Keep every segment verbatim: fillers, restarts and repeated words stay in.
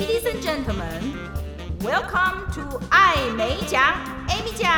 Ladies and gentlemen, welcome to 艾美奖 Amy 奖。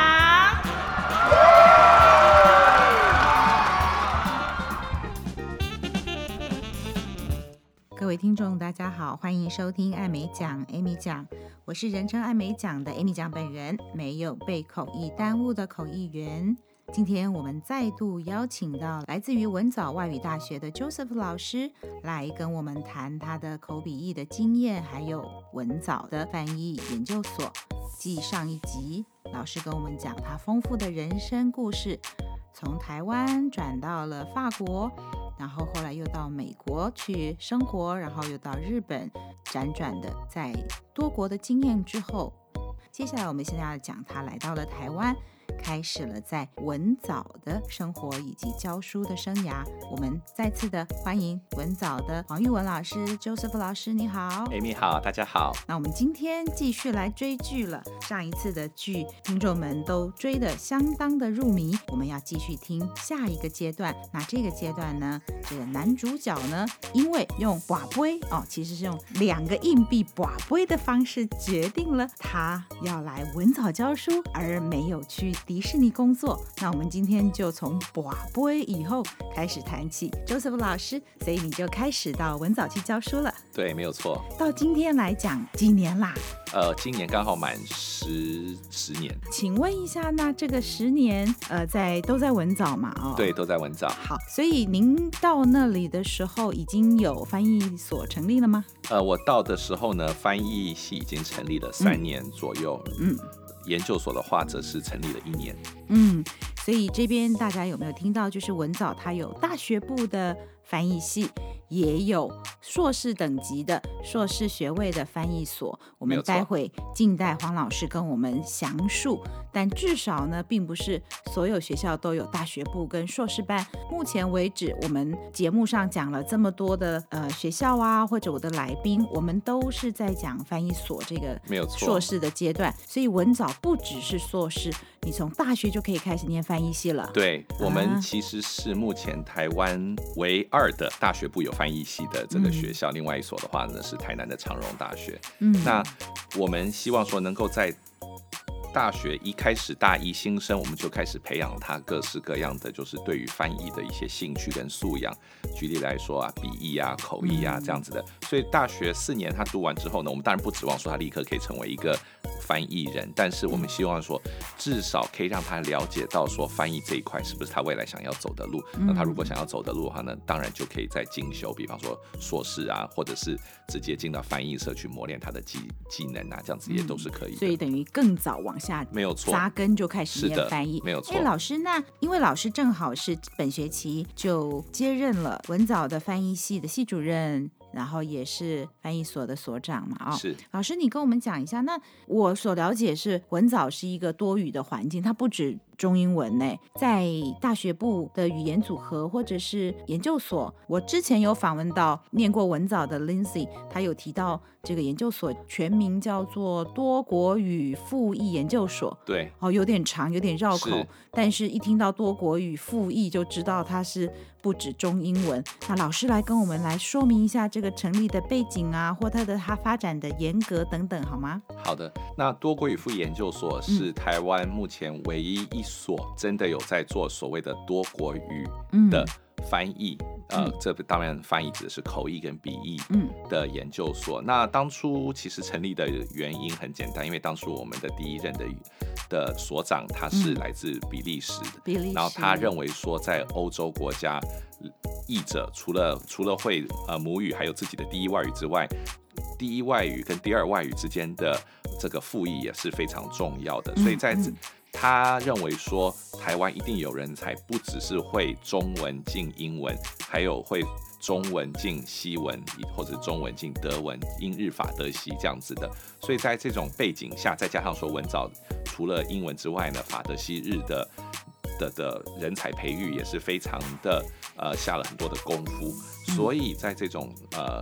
各位听众大家好，欢迎收听艾美奖 Amy 奖，我是人称艾美奖的 Amy 奖本人，没有被口译耽误的口译员。今天我们再度邀请到来自于文藻外语大学的 Joseph 老师来跟我们谈他的口笔译的经验，还有文藻的翻译研究所。继上一集老师跟我们讲他丰富的人生故事，从台湾转到了法国，然后后来又到美国去生活，然后又到日本，辗转的在多国的经验之后，接下来我们现在要讲他来到了台湾，开始了在文藻的生活以及教书的生涯。我们再次的欢迎文藻的黄玉文老师 Joseph 老师，你好。 Amy 好，大家好。 那我们今天继续来追剧了，上一次的剧听众们都追得相当的入迷，我们要继续听下一个阶段。那这个阶段呢，这个男主角呢，因为用拔杯哦，其实是用两个硬币拔杯的方式决定了他要来文藻教书，而没有去迪士尼工作。那我们今天就从拔杯以后开始谈起。 Joseph 老师，所以你就开始到文藻去教书了？ 对，没有错。 到今天来讲几年啦？ 呃，今年刚好满十十年。 请问一下，那这个十年呃，在都在文藻嘛？哦， 对，都在文藻。 好，所以您到那里的时候已经有翻译所成立了吗？ 呃，我到的时候呢，翻译系已经成立了三年左右。嗯，研究所的话则是成立了一年。 嗯，所以这边大家有没有听到，就是文藻它有大学部的翻译系，也有硕士等级的硕士学位的翻译所。我们待会静待黄老师跟我们详述，但至少呢，并不是所有学校都有大学部跟硕士班。目前为止，我们节目上讲了这么多的呃学校啊，或者我的来宾，我们都是在讲翻译所这个硕士的阶段。所以文藻不只是硕士，你从大学就可以开始念翻译系了。 对，我们其实是目前台湾唯二的大学部有翻译系的这个学校。嗯、另外一所的话呢，是台南的长荣大学。嗯，那我们希望说能够在大学一开始大一新生，我们就开始培养他各式各样的就是对于翻译的一些兴趣跟素养。举例来说啊，笔译啊、口译啊这样子的。所以大学四年他读完之后呢，我们当然不指望说他立刻可以成为一个翻译人，但是我们希望说至少可以让他了解到说翻译这一块是不是他未来想要走的路。那他如果想要走的路的话呢，当然就可以再进修，比方说硕士啊，或者是直接进到翻译社去磨练他的 技, 技能啊，这样子也都是可以的。 所以等于更早往下没有错扎根就开始念翻译。 没有错。 哎，老师，那因为老师正好是本学期就接任了文藻的翻译系的系主任，然后也是翻译所的所长嘛。哦， 是。 老师，你跟我们讲一下。那我所了解是文藻是一个多语的环境，它不止中英文呢，在大学部的语言组合或者是研究所，我之前有访问到念过文藻的 Lindsay， 他有提到这个研究所全名叫做多国语复译研究所。 对， 哦，有点长，有点绕口，但是一听到多国语复译就知道它是不止中英文。那老师来跟我们来说明一下这个成立的背景啊，或它的它发展的严格等等，好吗？ 好的，那多国语复译研究所是台湾目前唯一一所真的有在做所谓的多国语的翻译。嗯、呃，这当然翻译指的是口译跟笔译的研究所。嗯、那当初其实成立的原因很简单，因为当初我们的第一任的的所长他是来自比利时的， 比利时， 然后他认为说在欧洲国家译者除了除了会呃母语还有自己的第一外语之外，第一外语跟第二外语之间的这个复译也是非常重要的。所以在、嗯嗯、他认为说台湾一定有人才，不只是会中文进英文，还有会中文进西文，或者中文进德文，英日法德西这样子的。所以在这种背景下，再加上说文藻除了英文之外呢，法德西日的的, 的人才培育也是非常的呃下了很多的功夫。所以在这种呃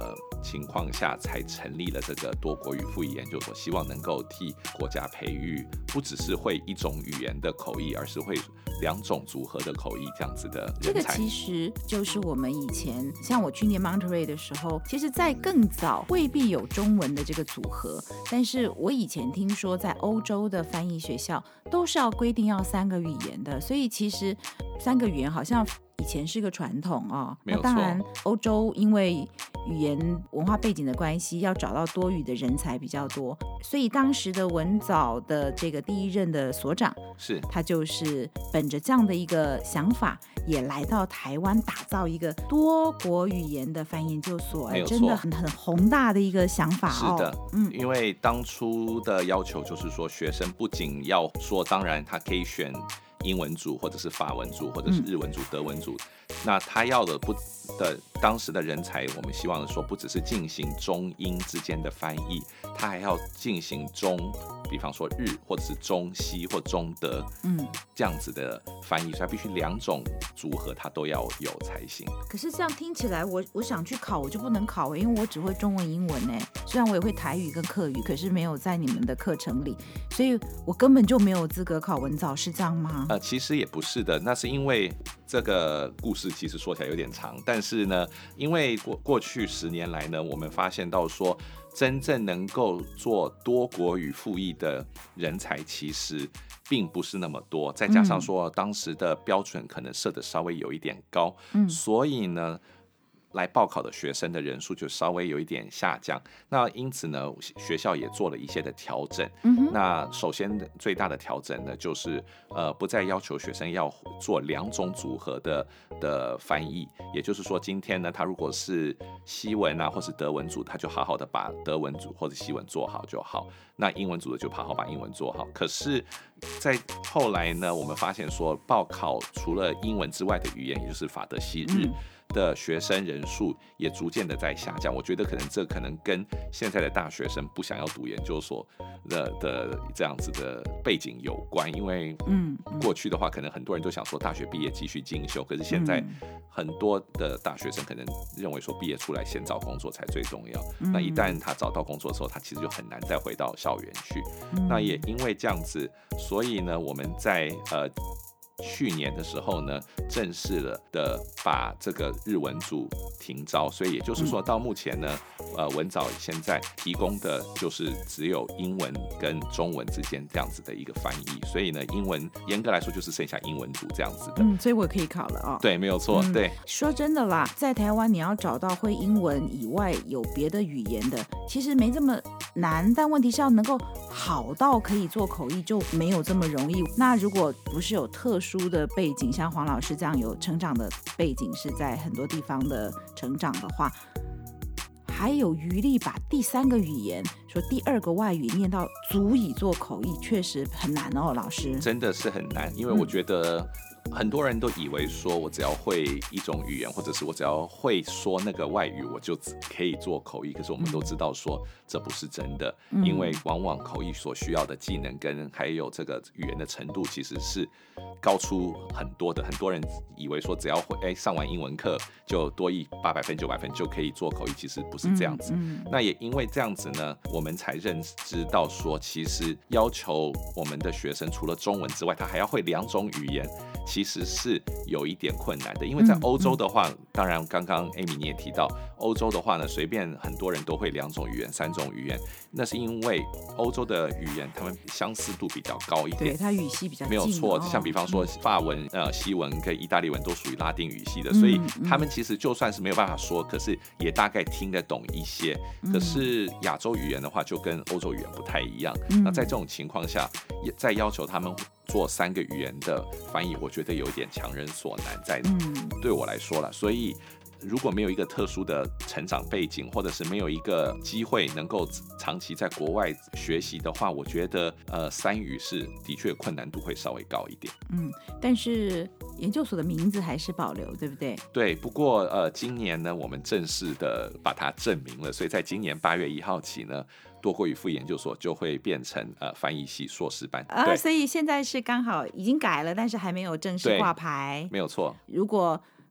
情况下才成立了这个多国语复译研究所，希望能够替国家培育不只是会一种语言的口译，而是会两种组合的口译这样子的人才。 这个其实就是我们以前像我去念 Monterey 的时候，其实在更早未必有中文的这个组合，但是我以前听说在欧洲的翻译学校都是要规定要三个语言的，所以其实三个语言好像以前是个传统哦。 没有错。 那当然欧洲因为语言文化背景的关系，要找到多语的人才比较多，所以当时的文藻的这个第一任的所长， 是他就是本着这样的一个想法，也来到台湾打造一个多国语言的翻译研究所。 没有错， 真的很很宏大的一个想法哦。 是的，嗯，因为当初的要求就是说，学生不仅要说，当然他可以选英文组或者是法文组或者是日文组、嗯、德文组，那他要的不的当时的人才，我们希望说不只是进行中英之间的翻译，他还要进行中，比方说日或者是中西或中德，嗯，这样子的翻译，所以他必须两种组合他都要有才行。 可是这样听起来，我我想去考我就不能考，因为我只会中文英文呢。虽然我也会台语跟客语，可是没有在你们的课程里，所以我根本就没有资格考文藻，是这样吗？ 呃，其实也不是的，那是因为这个故事其实说起来有点长，但是呢，因为过过去十年来呢，我们发现到说，真正能够做多国语复译的人才其实并不是那么多，再加上说当时的标准可能设得稍微有一点高，嗯，所以呢，来报考的学生的人数就稍微有一点下降。那因此呢，学校也做了一些的调整。嗯、那首先最大的调整呢，就是呃不再要求学生要做两种组合的的翻译，也就是说，今天呢，他如果是西文啊或是德文组，他就好好的把德文组或者西文做好就好。那英文组的就好好把英文做好。可是，在后来呢，我们发现说，报考除了英文之外的语言，也就是法德西日。嗯的学生人数也逐渐的在下降，我觉得可能这可能跟现在的大学生不想要读研究所 的, 的这样子的背景有关，因为过去的话可能很多人都想说大学毕业继续进修，可是现在很多的大学生可能认为说毕业出来先找工作才最重要，那一旦他找到工作的时候，他其实就很难再回到校园去，那也因为这样子，所以呢我们在呃去年的时候呢，正式的把这个日文组停招，所以也就是说到目前呢，呃，文藻现在提供的就是只有英文跟中文之间这样子的一个翻译，所以呢，英文严格来说就是剩下英文组这样子的。 嗯，所以我可以考了啊、哦。 对，没有错、嗯。对， 说真的啦，在台湾你要找到会英文以外有别的语言的，其实没这么难，但问题是要能够好到可以做口译就没有这么容易。那如果不是有特殊的背景，像黄老师这样有成长的背景，是在很多地方的成长的话，还有余力把第三个语言说第二个外语念到足以做口译，确实很难哦，老师。 真的是很难，因为我觉得很多人都以为说我只要会一种语言，或者是我只要会说那个外语，我就可以做口译。可是我们都知道说这不是真的，嗯、因为往往口译所需要的技能跟还有这个语言的程度，其实是高出很多的。很多人以为说只要会哎上完英文课就多益八百分九百分就可以做口译，其实不是这样子。嗯嗯、那也因为这样子呢，我们才认知到说，其实要求我们的学生除了中文之外，他还要会两种语言。其实是有一点困难的，因为在欧洲的话，嗯嗯、当然刚刚 Amy 你也提到，欧洲的话呢，随便很多人都会两种语言、三种语言，那是因为欧洲的语言他们相似度比较高一点， 对，它语系比较近， 没有错。像比方说法文、呃西文跟意大利文都属于拉丁语系的，所以他们其实就算是没有办法说，可是也大概听得懂一些。可是亚洲语言的话，就跟欧洲语言不太一样。嗯、那在这种情况下，再要求他们做三个语言的翻译，我觉得有点强人所难，在对我来说啦，所以如果没有一个特殊的成长背景，或者是没有一个机会能够长期在国外学习的话，我觉得呃三语是的确困难度会稍微高一点。嗯， 但是研究所的名字还是保留，对不对？ 对，不过呃今年呢，我们正式的把它证明了，所以在今年八月一号起呢，多国语复研究所就会变成呃翻译系硕士班啊，所以现在是刚好已经改了，但是还没有正式挂牌， 没有错。 如果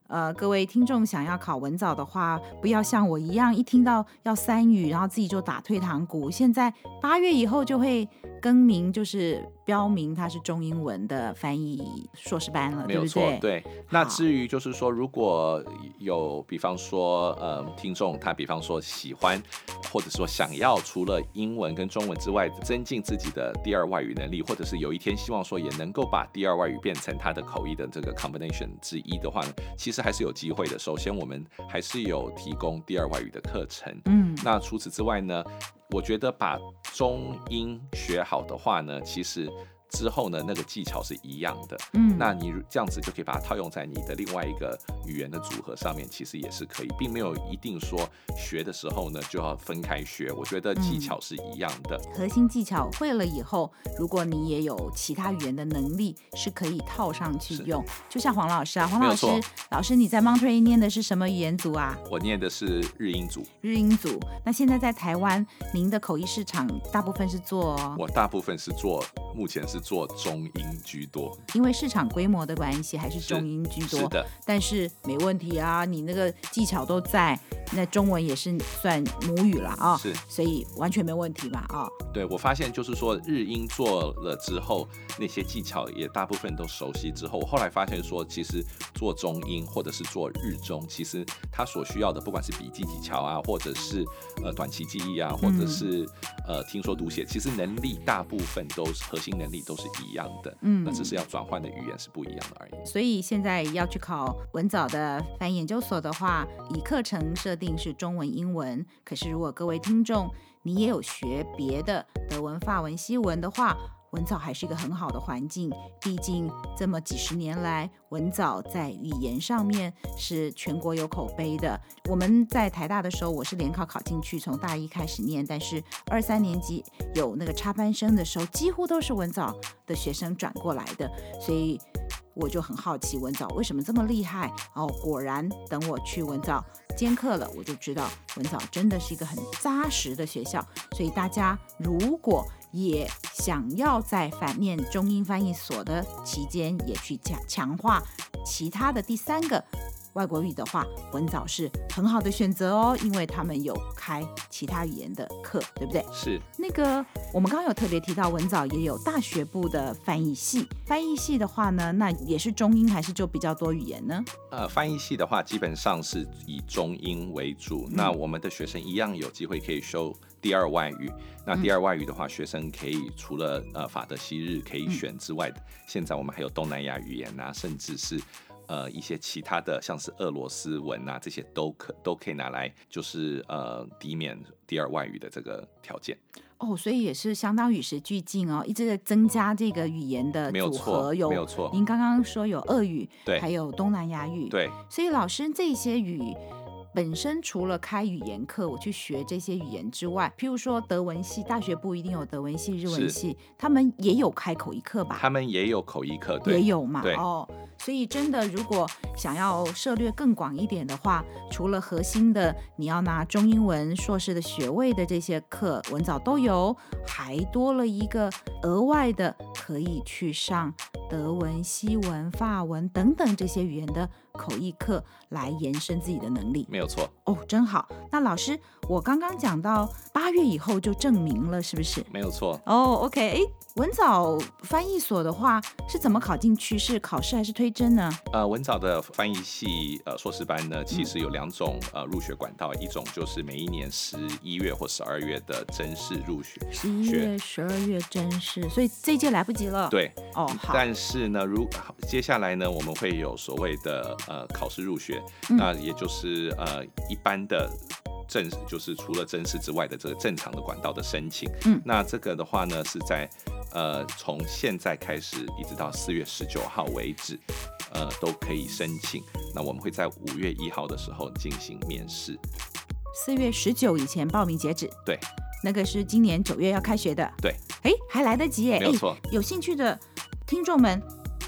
呃，各位听众想要考文藻的话，不要像我一样，一听到要三语，然后自己就打退堂鼓。现在八月以后就会更名，就是标明它是中英文的翻译硕士班了， 没有错， 对不对？ 对。那至于就是说，如果有比方说呃听众他比方说喜欢或者说想要除了英文跟中文之外增进自己的第二外语能力，或者是有一天希望说也能够把第二外语变成他的口译的这个 combination 之一的话呢，其实还是有机会的。首先我们还是有提供第二外语的课程，嗯，那除此之外呢，我觉得把中英学好的话呢，其实之后呢，那个技巧是一样的，嗯，那你这样子就可以把它套用在你的另外一个语言的组合上面，其实也是可以，并没有一定说学的时候呢就要分开学，我觉得技巧是一样的， 嗯，核心技巧会了以后，如果你也有其他语言的能力，是可以套上去用。就像黄老师啊，黄老师，老师你在 Monterey 念的是什么语言组啊？ 我念的是日英组。 日英组。那现在在台湾，您的口译市场大部分是做？ 我大部分是做，目前是做中英居多， 因为市场规模的关系，还是中英居多。 是的， 但是没问题啊，你那个技巧都在，那中文也是算母语了啊， 是， 所以完全没问题吧？啊， 对，我发现就是说日英做了之后，那些技巧也大部分都熟悉之后，我后来发现说，其实做中英或者是做日中，其实它所需要的，不管是笔记技巧啊，或者是呃短期记忆啊，或者是、嗯、呃听说读写，其实能力大部分都是核心能力都是一样的，嗯，那只是要转换的语言是不一样的而已。 所以现在要去考文藻的翻译研究所的话，以课程设定是中文、英文，可是如果各位听众你也有学别的德文、法文、西文的话，文藻还是一个很好的环境，毕竟这么几十年来，文藻在语言上面是全国有口碑的。我们在台大的时候，我是联考考进去，从大一开始念，但是二三年级有那个插班生的时候，几乎都是文藻的学生转过来的，所以我就很好奇文藻为什么这么厉害哦。果然等我去文藻兼课了，我就知道文藻真的是一个很扎实的学校。所以大家如果也想要在反面中英翻译所的期间也去强化其他的第三个外国语的话，文藻是很好的选择哦，因为他们有开其他语言的课，对不对？ 是。 那个我们刚刚有特别提到文藻也有大学部的翻译系，翻译系的话呢，那也是中英还是就比较多语言呢？ 呃，翻译系的话基本上是以中英为主，嗯，那我们的学生一样有机会可以修第二外语，那第二外语的话，嗯，学生可以除了呃法德西日可以选之外，嗯，现在我们还有东南亚语言啊，甚至是呃一些其他的像是俄罗斯文啊，这些都可都可以拿来就是呃抵免第二外语的这个条件。 哦，所以也是相当与时俱进哦，一直在增加这个语言的组合。 有没有错？ 您刚刚说有俄语， 对， 还有东南亚语， 对。 所以老师这些语本身除了开语言课，我去学这些语言之外，譬如说德文系，大学不一定有德文系、日文系，他们也有开口译课吧？ 他们也有口译课，对， 也有嘛？ 对， 哦，所以真的，如果想要涉猎更广一点的话，除了核心的你要拿中英文硕士的学位的这些课，文藻都有，还多了一个额外的可以去上德文、西文、法文等等这些语言的口译课，来延伸自己的能力。 没有错。 哦，真好。那老师，我刚刚讲到八月以后就证明了，是不是？ 没有错。 哦 ，OK， 哎，文藻翻译所的话是怎么考进去？是考试还是推甄呢？ 呃，文藻的翻译系呃硕士班呢，其实有两种呃入学管道，一种就是每一年十一月或十二月的甄试入学， 十一月、十二月甄试，所以这一届来不及了。 对， 哦，好。 但是呢，如接下来呢，我们会有所谓的呃考试入学，嗯，那也就是呃一般的。正就是除了甄试之外的这个正常的管道的申请，嗯，那这个的话呢是在呃从现在开始一直到四月十九号为止，呃都可以申请。那我们会在五月一号的时候进行面试。 四月十九以前报名截止。 对， 那个是今年九月要开学的。 对， 哎，还来得及耶！ 没有错。 有兴趣的听众们，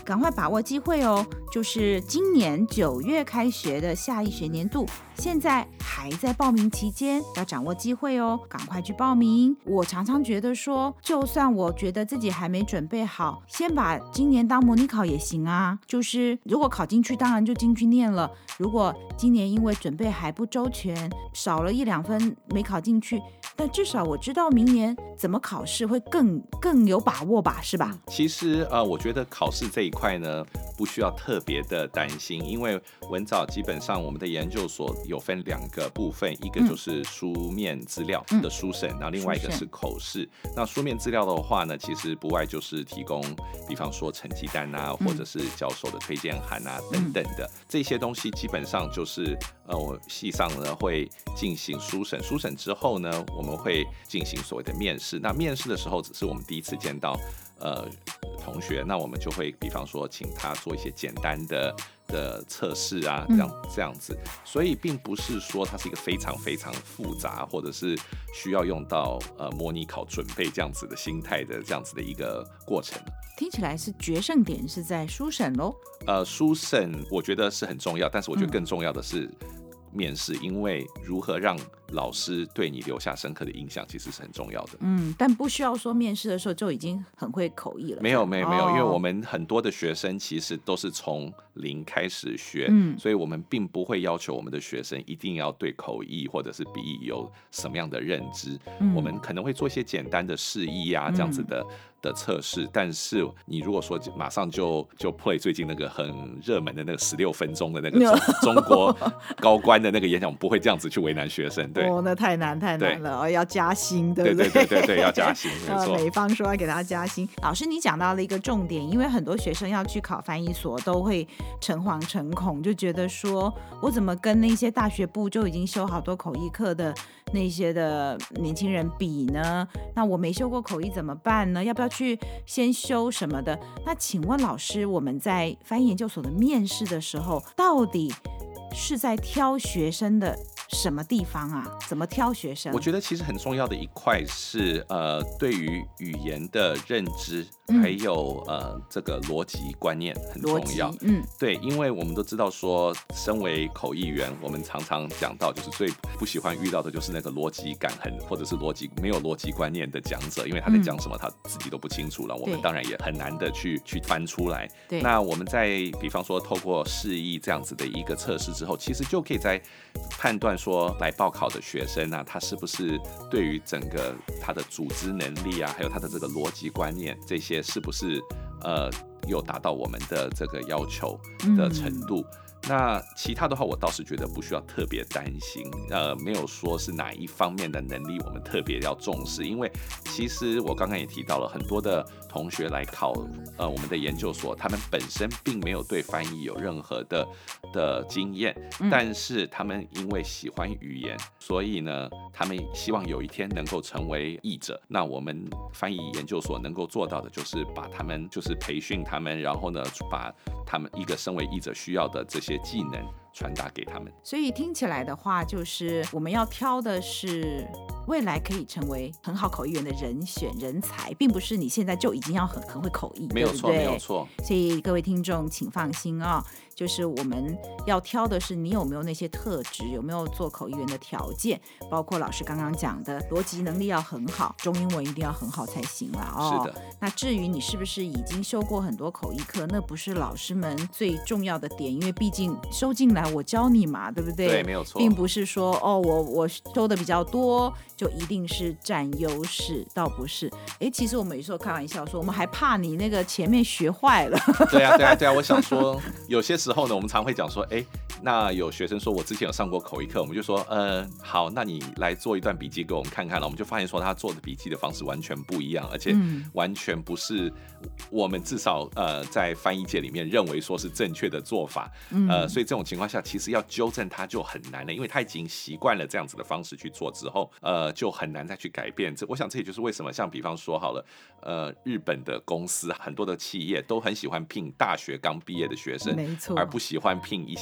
赶快把握机会哦，就是今年九月开学的下一学年度，现在还在报名期间，要掌握机会哦，赶快去报名。我常常觉得说，就算我觉得自己还没准备好，先把今年当模拟考也行啊，就是如果考进去当然就进去念了，如果今年因为准备还不周全，少了一两分没考进去，但至少我知道明年怎么考试会更更有把握吧，是吧？ 其实呃，我觉得考试这一块呢，不需要特别的担心，因为文藻基本上我们的研究所有分两个部分，一个就是书面资料的书审，然后另外一个是口试。那书面资料的话呢，其实不外就是提供，比方说成绩单啊，或者是教授的推荐函啊等等的，这些东西基本上就是呃，我系上呢会进行书审，书审之后呢，我们会进行所谓的面试。那面试的时候，只是我们第一次见到呃同学，那我们就会比方说请他做一些简单的的测试啊，这样这样子，所以并不是说它是一个非常非常复杂，或者是需要用到呃模拟考准备这样子的心态的这样子的一个过程。 听起来是决胜点是在书审咯。 呃，书审我觉得是很重要，但是我觉得更重要的是面试，嗯、因为如何让老师对你留下深刻的印象，其实是很重要的。 嗯，但不需要说面试的时候就已经很会口译了。 没有，没有，没有、哦，因为我们很多的学生其实都是从零开始学， 嗯， 所以我们并不会要求我们的学生一定要对口译或者是笔译有什么样的认知。嗯、我们可能会做一些简单的示意啊，这样子的。嗯的测试，但是你如果说马上就就 play 最近那个很热门的那个十六分钟的那个 中, 中国高官的那个演讲，我们不会这样子去为难学生。对， 哦，那太难太难了，哦，要加薪，对不对？对对对对，要加薪，没错。 美方说要给他加薪。老师，你讲到了一个重点，因为很多学生要去考翻译所，都会诚惶诚恐，就觉得说我怎么跟那些大学部就已经修好多口译课的那些的年轻人比呢？那我没修过口译怎么办呢？要不要去先修什么的？那请问老师，我们在翻译研究所的面试的时候，到底是在挑学生的什么地方啊？怎么挑学生？ 我觉得其实很重要的一块是呃，对于语言的认知，嗯、还有呃这个逻辑观念很重要。 嗯， 对，因为我们都知道说，身为口译员，我们常常讲到，就是最不喜欢遇到的就是那个逻辑感很，或者是逻辑没有逻辑观念的讲者，因为他在讲什么他自己都不清楚了，嗯、我们当然也很难的去去翻出来。 对， 那我们在比方说透过示意这样子的一个测试之后，其实就可以在判断说来报考的学生啊，他是不是对于整个他的组织能力啊，还有他的这个逻辑观念，这些是不是呃有达到我们的这个要求的程度。嗯，那其他的话，我倒是觉得不需要特别担心，呃，没有说是哪一方面的能力我们特别要重视，因为其实我刚刚也提到了，很多的同学来考呃我们的研究所，他们本身并没有对翻译有任何的的经验，嗯、但是他们因为喜欢语言，所以呢，他们希望有一天能够成为译者。那我们翻译研究所能够做到的，就是把他们就是培训他们，然后呢，把他们一个身为译者需要的这些技能传达给他们。 所以听起来的话，就是我们要挑的是未来可以成为很好口译员的人选人才，并不是你现在就已经要很很会口译， 没有错， 对不对？ 没有错。 所以各位听众请放心啊、哦，就是我们要挑的是你有没有那些特质，有没有做口译员的条件，包括老师刚刚讲的逻辑能力要很好，中英文一定要很好才行啦。哦， 是的。 那至于你是不是已经修过很多口译课，那不是老师们最重要的点，因为毕竟收进来我教你嘛，对不对？ 对，没有错， 并不是说哦，我我收的比较多就一定是占优势，倒不是。哎，其实我们有时候开玩笑说，我们还怕你那个前面学坏了。 对啊，对啊，对啊。我想说，有些时候呢，我们常会讲说，哎，那有学生说我之前有上过口译课，我们就说，呃，好，那你来做一段笔记给我们看看了。我们就发现说，他做的笔记的方式完全不一样，而且完全不是我们至少呃在翻译界里面认为说是正确的做法。呃，所以这种情况下，其实要纠正他就很难了，因为他已经习惯了这样子的方式去做之后，呃，就很难再去改变。这我想这也就是为什么，像比方说好了，呃，日本的公司很多的企业都很喜欢聘大学刚毕业的学生， 没错， 而不喜欢聘一些大概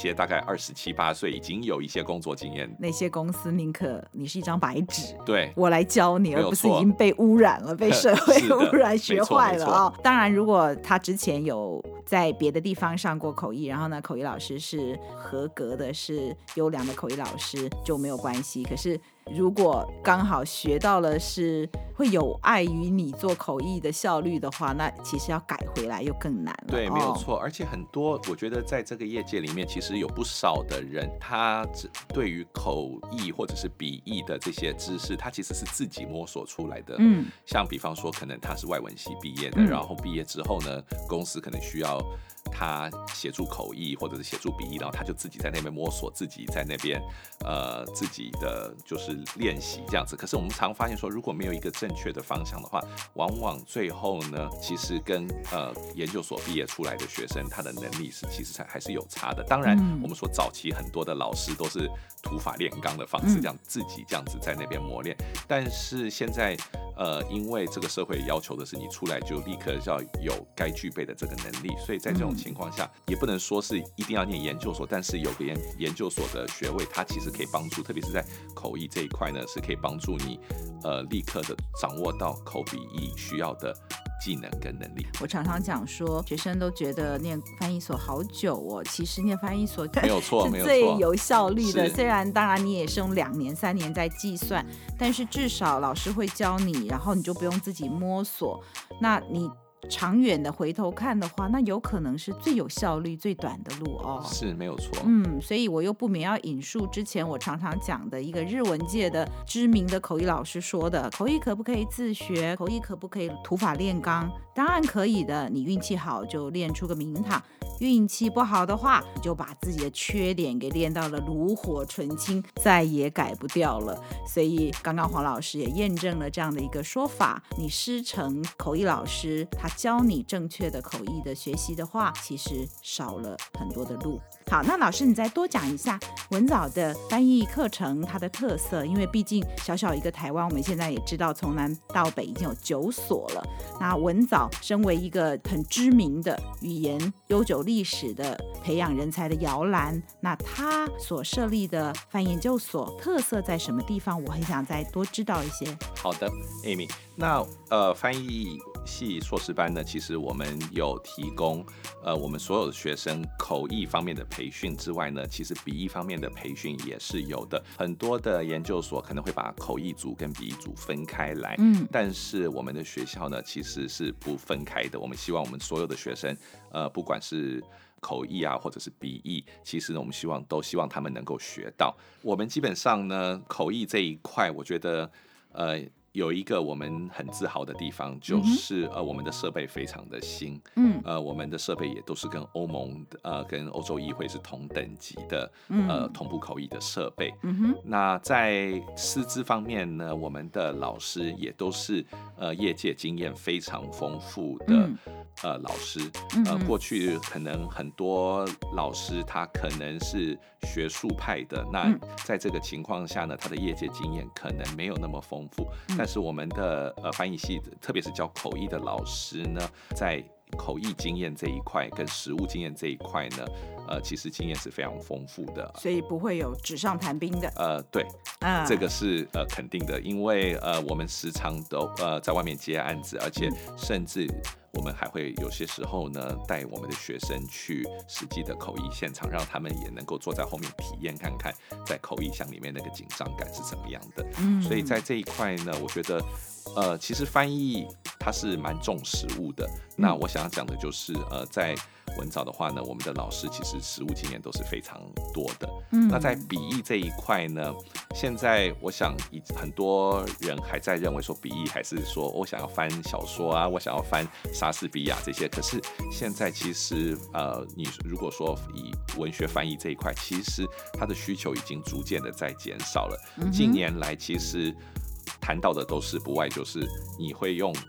二十七八岁已经有一些工作经验。 那些公司宁可你是一张白纸， 对， 我来教你，而不是已经被污染了，被社会污染学坏了啊、哦！当然，如果他之前有在别的地方上过口译，然后呢，口译老师是合格的，是优良的口译老师，就没有关系。可是如果刚好学到了是会有碍于你做口译的效率的话，那其实要改回来又更难了。 对，没有错。而且很多，我觉得在这个业界里面，其实有不少的人，他对于口译或者是笔译的这些知识，他其实是自己摸索出来的。嗯，像比方说，可能他是外文系毕业的，嗯、然后毕业之后呢，公司可能需要他协助口译或者是协助笔译，然后他就自己在那边摸索，自己在那边呃自己的就是练习这样子。可是我们常发现说，如果没有一个正确的方向的话，往往最后呢，其实跟呃研究所毕业出来的学生，他的能力是其实还是有差的。当然，嗯、我们说早期很多的老师都是土法炼钢的方式，这样自己这样子在那边磨练。但是现在呃，因为这个社会要求的是你出来就立刻要有该具备的这个能力，所以在这种情况下，也不能说是一定要念研究所，但是有个研研究所的学位，它其实可以帮助，特别是在口译这一块呢，是可以帮助你呃立刻的掌握到口笔译需要的技能跟能力。 我常常讲说，学生都觉得念翻译所好久哦，其实念翻译所没有错， 是最有效率的。虽然当然你也是用两年、三年在计算，但是至少老师会教你，然后你就不用自己摸索。那你长远的回头看的话，那有可能是最有效率最短的路哦。 是没有错。 嗯，所以我又不免要引述之前我常常讲的一个日文界的知名的口译老师说的，口译可不可以自学，口译可不可以土法炼钢？当然可以的，你运气好就练出个名堂，运气不好的话，你就把自己的缺点给练到了炉火纯青，再也改不掉了。所以刚刚黄老师也验证了这样的一个说法，你师承口译老师，他教你正确的口译的学习的话，其实少了很多的路。好，那老师你再多讲一下文藻的翻译课程它的特色，因为毕竟小小一个台湾，我们现在也知道从南到北已经有九所了。那文藻身为一个很知名的语言悠久历史的培养人才的摇篮，那他所设立的翻译研究所特色在什么地方？我很想再多知道一些。 好的 Amy， 那呃翻译系硕士班呢，其实我们有提供呃我们所有的学生口译方面的培训之外呢，其实笔译方面的培训也是有的。很多的研究所可能会把口译组跟笔译组分开来，嗯，但是我们的学校呢其实是不分开的。我们希望我们所有的学生，呃，不管是口译啊，或者是笔译，其实呢，我们希望都希望他们能够学到。我们基本上呢，口译这一块，我觉得，呃。有一个我们很自豪的地方，就是、嗯、呃我们的设备非常的新，嗯，呃我们的设备也都是跟欧盟呃跟欧洲议会是同等级的，嗯、呃同步口译的设备。嗯哼，那在师资方面呢，我们的老师也都是呃业界经验非常丰富的、嗯、呃老师，呃过去可能很多老师他可能是学术派的，那在这个情况下呢，他的业界经验可能没有那么丰富。嗯，但是我们的呃翻译系，特别是教口译的老师呢，在口译经验这一块跟实务经验这一块呢，呃，其实经验是非常丰富的， 所以不会有纸上谈兵的。 呃，对，啊、这个是呃肯定的，因为呃我们时常都呃在外面接案子，而且甚至我们还会有些时候呢带我们的学生去实际的口译现场，让他们也能够坐在后面体验看看，在口译箱里面那个紧张感是怎么样的。嗯，所以在这一块呢，我觉得呃其实翻译它是蛮重实务的。那我想要讲的就是呃在文藻的话呢，我们的老师其实实务经验都是非常多的。嗯，那在笔译这一块呢，现在我想很多人还在认为说笔译还是说我想要翻小说啊，我想要翻莎士比亚这些。可是现在其实呃，你如果说以文学翻译这一块，其实它的需求已经逐渐的在减少了。嗯、近年来其实谈到的都是不外就是你会用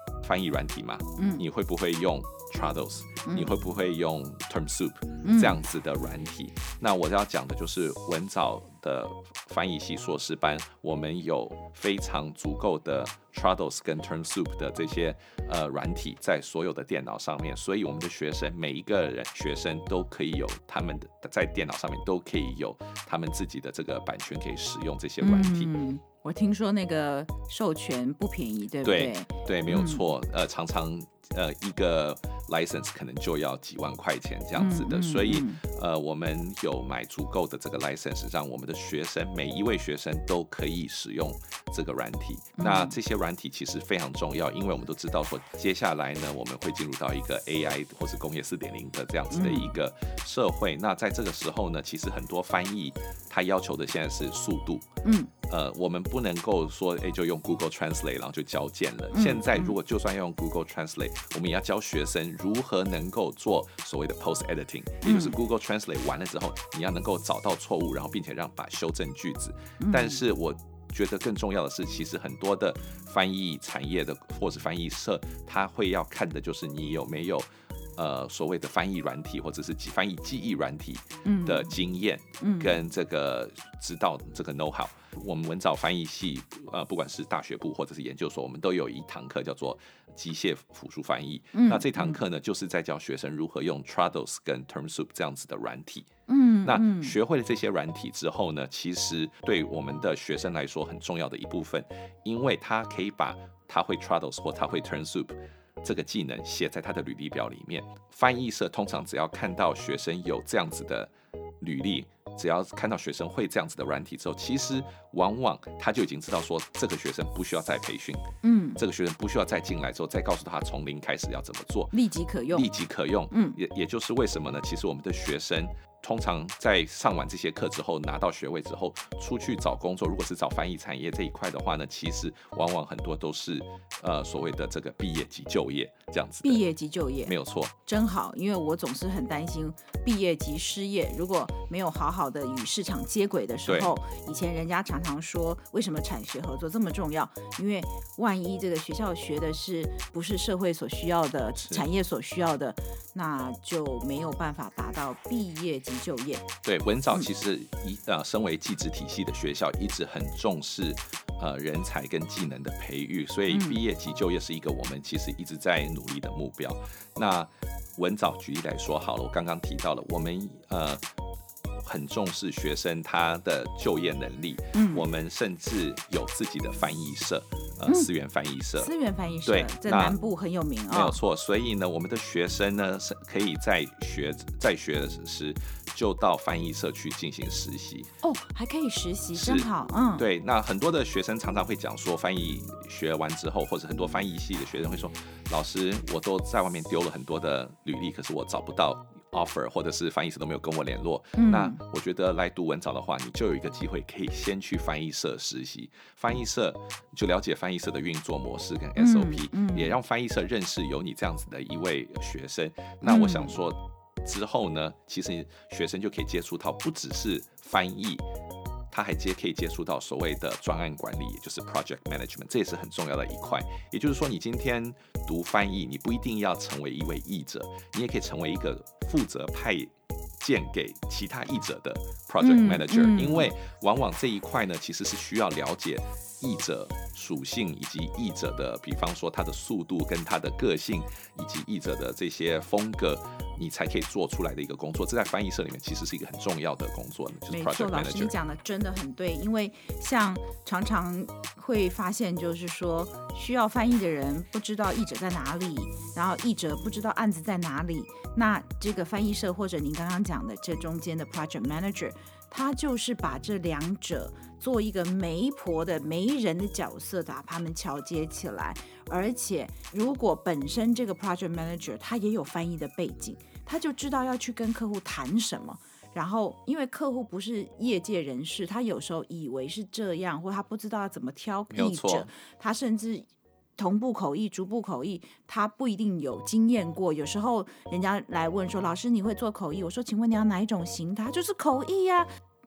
翻译软体嘛，嗯，你会不会用 Trados、嗯、你会不会用 TermSoup、嗯、这样子的软体？那我要讲的就是文藻的翻译系硕士班，我们有非常足够的 Trados 跟 TermSoup 的这些呃软体在所有的电脑上面，所以我们的学生每一个人学生都可以有他们的在电脑上面都可以有他们自己的这个版权可以使用这些软体。 嗯，我听说那个授权不便宜，对不对？ 对对，没有错。嗯、呃，常常呃一个 license 可能就要几万块钱这样子的，嗯嗯、所以呃我们有买足够的这个 license， 让我们的学生每一位学生都可以使用这个软体。嗯、那这些软体其实非常重要，因为我们都知道说接下来呢我们会进入到一个 A I 或是工业 四点零 的这样子的一个社会。嗯、那在这个时候呢，其实很多翻译它要求的现在是速度。嗯。呃，我们不能够说，哎，就用 Google Translate 然后就交件了。嗯、现在如果就算要用 Google Translate，、嗯、我们也要教学生如何能够做所谓的 post editing，、嗯、也就是 Google Translate 完了之后，你要能够找到错误，然后并且让把修正句子。嗯、但是我觉得更重要的是，其实很多的翻译产业的或是翻译社，他会要看的就是你有没有。呃，所谓的翻译软体或者是翻译记忆软体的经验，跟这个知道这个 know how，、嗯、我们文藻翻译系，呃，不管是大学部或者是研究所，我们都有一堂课叫做机械复数翻译。嗯、那这堂课呢，就是在教学生如何用 Trados 跟 TermSoup 这样子的软体。嗯，那学会了这些软体之后呢，其实对我们的学生来说很重要的一部分，因为他可以把他会 Trados 或他会 TermSoup。这个技能写在他的履历表里面，翻译社通常只要看到学生有这样子的履历，只要看到学生会这样子的软体之后，其实往往他就已经知道说这个学生不需要再培训，嗯，这个学生不需要再进来之后再告诉他从零开始要怎么做， 立即可用， 立即可用，嗯，也也就是为什么呢？其实我们的学生通常在上完这些课之后，拿到学位之后，出去找工作，如果是找翻译产业这一块的话呢，其实往往很多都是呃所谓的这个毕业即就业这样子的。 毕业即就业， 没有错， 真好，因为我总是很担心毕业即失业，如果没有好好的与市场接轨的时候，以前人家常常说，为什么产学合作这么重要？因为万一这个学校学的是不是社会所需要的、产业所需要的，那就没有办法达到毕业即就业。 对，文藻其实一、呃、身为技职体系的学校，一直很重视呃人才跟技能的培育，所以毕业即就业是一个我们其实一直在努力的目标。那文藻举例来说好了，我刚刚提到了，我们呃很重视学生他的就业能力，嗯、我们甚至有自己的翻译社。呃，思源翻译社， 思源翻译社对， 在南部很有名啊、哦， 没有错。所以呢，我们的学生呢，可以在学在学时就到翻译社去进行实习。 哦，还可以实习，真好。嗯， 对。那很多的学生常常会讲说，翻译学完之后，或者很多翻译系的学生会说，老师，我都在外面丢了很多的履历，可是我找不到offer， 或者是翻译社都没有跟我联络、嗯、那我觉得来读文藻的话，你就有一个机会可以先去翻译社实习，翻译社就了解翻译社的运作模式跟 S O P、嗯嗯、也让翻译社认识有你这样子的一位学生。那我想说之后呢，其实学生就可以接触到不只是翻译，他还接可以接触到所谓的专案管理，也就是 project management， 这也是很重要的一块。也就是说，你今天读翻译，你不一定要成为一位译者，你也可以成为一个负责派件给其他译者的 project manager、嗯嗯、因为往往这一块呢，其实是需要了解译者属性以及译者的，比方说他的速度跟他的个性以及译者的这些风格，你才可以做出来的一个工作。这在翻译社里面其实是一个很重要的工作，就是 project manager。 没错，老师你讲的真的很对，因为像常常会发现就是说需要翻译的人不知道译者在哪里，然后译者不知道案子在哪里，那这个翻译社或者您刚刚讲的这中间的 project manager， 他就是把这两者做一个媒婆的媒人的角色，把他们桥接起来。而且如果本身这个 project manager 他也有翻译的背景，他就知道要去跟客户谈什么，然后因为客户不是业界人士，他有时候以为是这样，或他不知道要怎么挑译者，他甚至同步口译逐步口译他不一定有经验过。有时候人家来问说，老师你会做口译，我说请问你要哪一种型态，就是口译啊，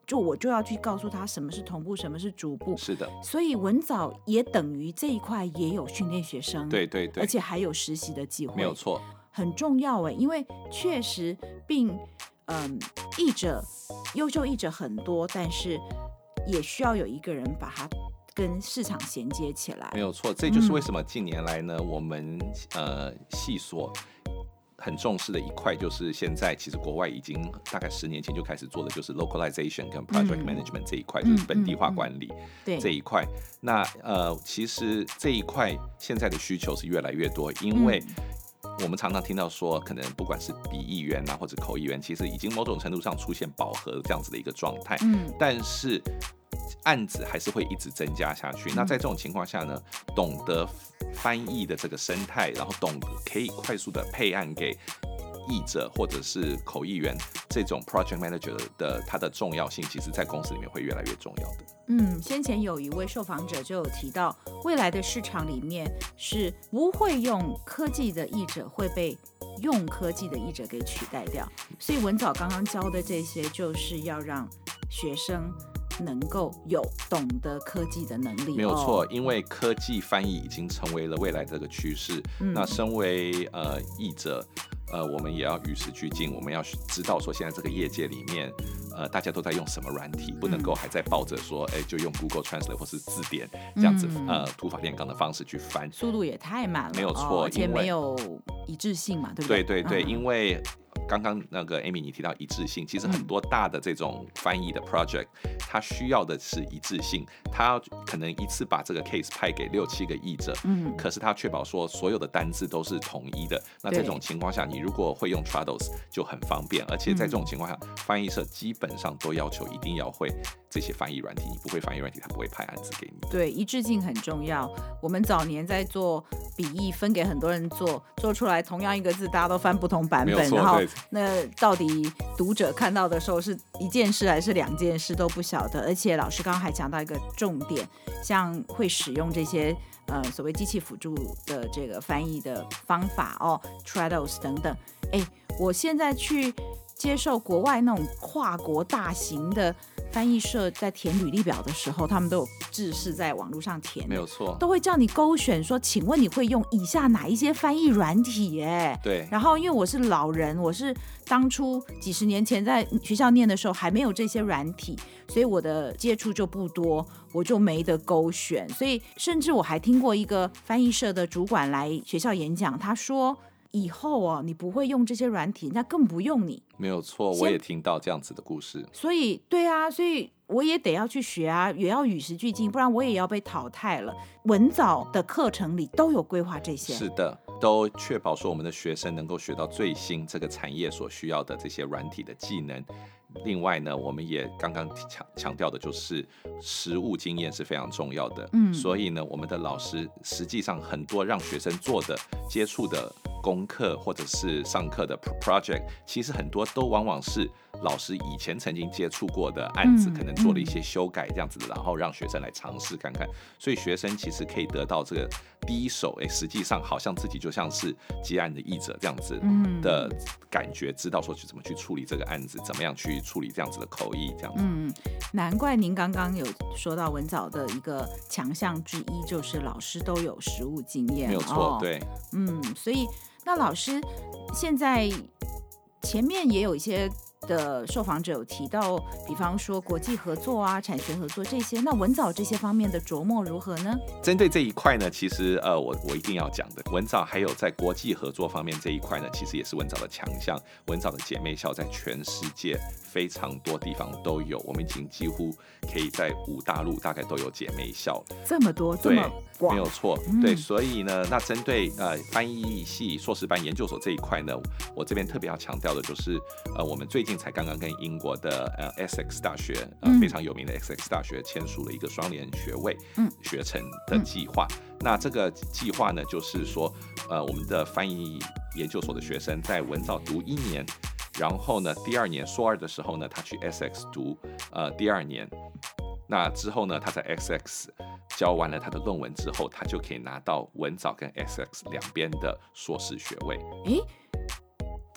就我就要去告诉他什么是同步，什么是逐步。 是的， 所以文藻也等于这一块也有训练学生， 对对对， 而且还有实习的机会， 没有错， 很重要哎，因为确实并嗯译者优秀译者很多，但是也需要有一个人把它跟市场衔接起来。 没有错，这就是为什么近年来呢，嗯、我们呃系所很重视的一块，就是现在其实国外已经大概十年前就开始做的，就是 localization 跟 project management 这一块，嗯、就是本地化管理这一块。嗯嗯嗯、那呃，其实这一块现在的需求是越来越多，因为我们常常听到说，可能不管是笔译员啊或者口译员，其实已经某种程度上出现饱和这样子的一个状态。嗯，但是案子还是会一直增加下去。那在这种情况下呢，懂得翻译的这个生态，然后懂可以快速的配案给译者或者是口译员，这种 project manager 的它的重要性，其实在公司里面会越来越重要的。 嗯，先前有一位受访者就有提到，未来的市场里面是不会用科技的译者会被用科技的译者给取代掉，所以文藻刚刚教的这些，就是要让学生能够有懂得科技的能力。 没有错，因为科技翻译已经成为了未来这个趋势。嗯、那身为呃译者，呃，我们也要与时俱进，我们要知道说现在这个业界里面，呃，大家都在用什么软体，不能够还在抱着说，哎、欸，就用 Google Translate 或是字典这样子，嗯、呃，土法炼钢的方式去翻， 速度也太慢了， 没有错， 哦、而且没有一致性嘛，对不对？ 对对对， 嗯、 因为刚刚那个 Amy 你提到一致性，其实很多大的这种翻译的 project， 它需要的是一致性，它可能一次把这个 case 派给六七个译者，嗯，可是它确保说所有的单字都是统一的。那这种情况下，你如果会用 Trados 就很方便，而且在这种情况下，嗯、翻译社基本上都要求一定要会这些翻译软体，你不会翻译软体，它不会派案子给你。 对，一致性很重要。我们早年在做笔译，分给很多人做，做出来同样一个字，大家都翻不同版本，然后那到底读者看到的时候是一件事还是两件事都不晓得。而且老师刚刚还讲到一个重点，像会使用这些呃所谓机器辅助的这个翻译的方法哦 Trados 等等。哎，我现在去接受国外那种跨国大型的翻译社在填履历表的时候，他们都有制式在网络上填， 没有错， 都会叫你勾选说，请问你会用以下哪一些翻译软体耶？ 对。 然后因为我是老人，我是当初几十年前在学校念的时候还没有这些软体，所以我的接触就不多，我就没得勾选。所以甚至我还听过一个翻译社的主管来学校演讲，他说以后哦，你不会用这些软体，人家更不用你。 没有错，我也听到这样子的故事。 所以，对啊，所以我也得要去学啊，也要与时俱进，不然我也要被淘汰了。文藻的课程里都有规划这些。 是的，都确保说我们的学生能够学到最新这个产业所需要的这些软体的技能。另外呢，我们也刚刚强强调的就是实务经验是非常重要的。嗯，所以呢，我们的老师实际上很多让学生做的接触的功课或者是上课的 project， 其实很多都往往是老师以前曾经接触过的案子，嗯、可能做了一些修改这样子的，然后让学生来尝试看看。所以学生其实可以得到这个第一手，哎，实际上好像自己就像是接案的译者这样子的感觉，知道说去怎么去处理这个案子，怎么样去处理这样子的口译这样子。 嗯，难怪您刚刚有说到文藻的一个强项之一，就是老师都有实务经验。 没有错，哦、对， 嗯，所以那老师现在前面也有一些的受访者有提到，比方说国际合作啊、产学合作这些，那文藻这些方面的琢磨如何呢？ 针对这一块呢，其实呃，我我一定要讲的，文藻还有在国际合作方面这一块呢，其实也是文藻的强项。文藻的姐妹校在全世界非常多地方都有，我们已经几乎可以在五大陆大概都有姐妹校。 这么多，这么广， 没有错。嗯、对，所以呢，那针对呃翻译系硕士班研究所这一块呢，我这边特别要强调的就是，呃，我们最近才刚刚跟英国的呃 Essex 大学，呃、嗯、非常有名的 Essex 大学签署了一个双联学位学程的计划。嗯嗯、那这个计划呢，就是说，呃，我们的翻译研究所的学生在文藻读一年，然后呢，第二年硕二的时候呢，他去 Essex 读呃第二年。那之后呢，他在 Essex 教完了他的论文之后，他就可以拿到文藻跟 Essex 两边的硕士学位。 诶